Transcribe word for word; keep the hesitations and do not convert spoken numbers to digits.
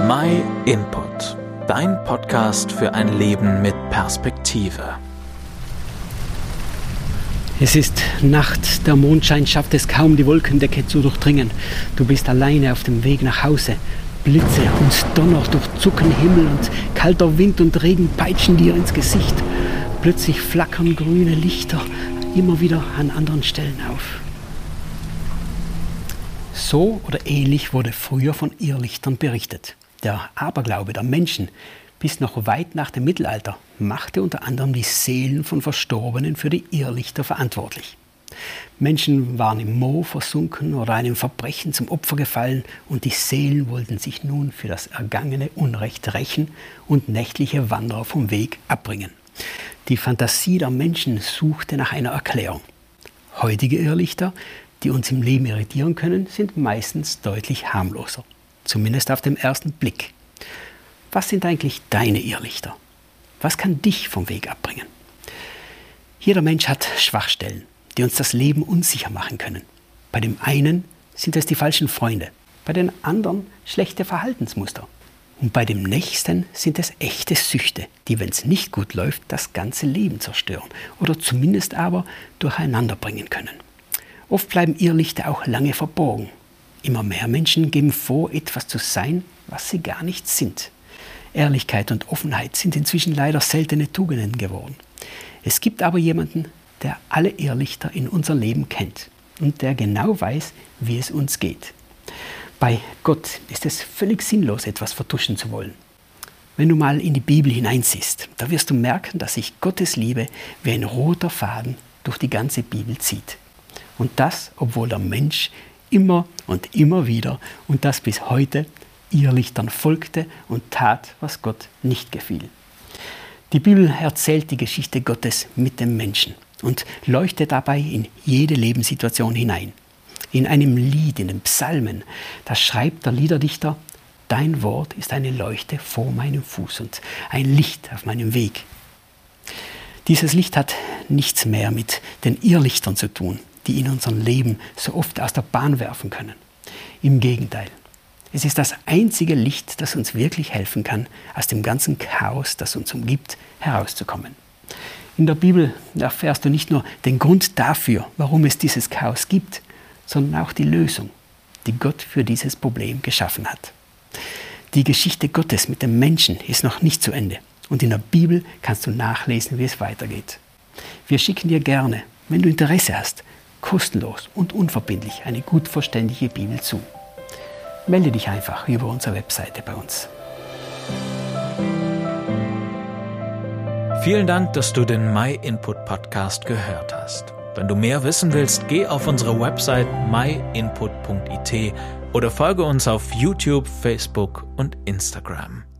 My Input, dein Podcast für ein Leben mit Perspektive. Es ist Nacht, der Mondschein schafft es kaum, die Wolkendecke zu durchdringen. Du bist alleine auf dem Weg nach Hause. Blitze und Donner durchzucken Himmel und kalter Wind und Regen peitschen dir ins Gesicht. Plötzlich flackern grüne Lichter immer wieder an anderen Stellen auf. So oder ähnlich wurde früher von Irrlichtern berichtet. Der Aberglaube der Menschen bis noch weit nach dem Mittelalter machte unter anderem die Seelen von Verstorbenen für die Irrlichter verantwortlich. Menschen waren im Moor versunken oder einem Verbrechen zum Opfer gefallen und die Seelen wollten sich nun für das ergangene Unrecht rächen und nächtliche Wanderer vom Weg abbringen. Die Fantasie der Menschen suchte nach einer Erklärung. Heutige Irrlichter, die uns im Leben irritieren können, sind meistens deutlich harmloser. Zumindest auf den ersten Blick. Was sind eigentlich deine Irrlichter? Was kann dich vom Weg abbringen? Jeder Mensch hat Schwachstellen, die uns das Leben unsicher machen können. Bei dem einen sind es die falschen Freunde, bei den anderen schlechte Verhaltensmuster. Und bei dem nächsten sind es echte Süchte, die, wenn es nicht gut läuft, das ganze Leben zerstören oder zumindest aber durcheinander bringen können. Oft bleiben Irrlichter auch lange verborgen. Immer mehr Menschen geben vor, etwas zu sein, was sie gar nicht sind. Ehrlichkeit und Offenheit sind inzwischen leider seltene Tugenden geworden. Es gibt aber jemanden, der alle Irrlichter in unser Leben kennt und der genau weiß, wie es uns geht. Bei Gott ist es völlig sinnlos, etwas vertuschen zu wollen. Wenn du mal in die Bibel hineinsiehst, da wirst du merken, dass sich Gottes Liebe wie ein roter Faden durch die ganze Bibel zieht. Und das, obwohl der Mensch immer und immer wieder und das bis heute Irrlichtern folgte und tat, was Gott nicht gefiel. Die Bibel erzählt die Geschichte Gottes mit dem Menschen und leuchtet dabei in jede Lebenssituation hinein. In einem Lied, in den Psalmen, da schreibt der Liederdichter: Dein Wort ist eine Leuchte vor meinem Fuß und ein Licht auf meinem Weg. Dieses Licht hat nichts mehr mit den Irrlichtern zu tun, die in unserem Leben so oft aus der Bahn werfen können. Im Gegenteil. Es ist das einzige Licht, das uns wirklich helfen kann, aus dem ganzen Chaos, das uns umgibt, herauszukommen. In der Bibel erfährst du nicht nur den Grund dafür, warum es dieses Chaos gibt, sondern auch die Lösung, die Gott für dieses Problem geschaffen hat. Die Geschichte Gottes mit dem Menschen ist noch nicht zu Ende und in der Bibel kannst du nachlesen, wie es weitergeht. Wir schicken dir gerne, wenn du Interesse hast, kostenlos und unverbindlich eine gut verständliche Bibel zu. Melde dich einfach über unsere Webseite bei uns. Vielen Dank, dass du den My Input Podcast gehört hast. Wenn du mehr wissen willst, geh auf unsere Website my input punkt i t oder folge uns auf YouTube, Facebook und Instagram.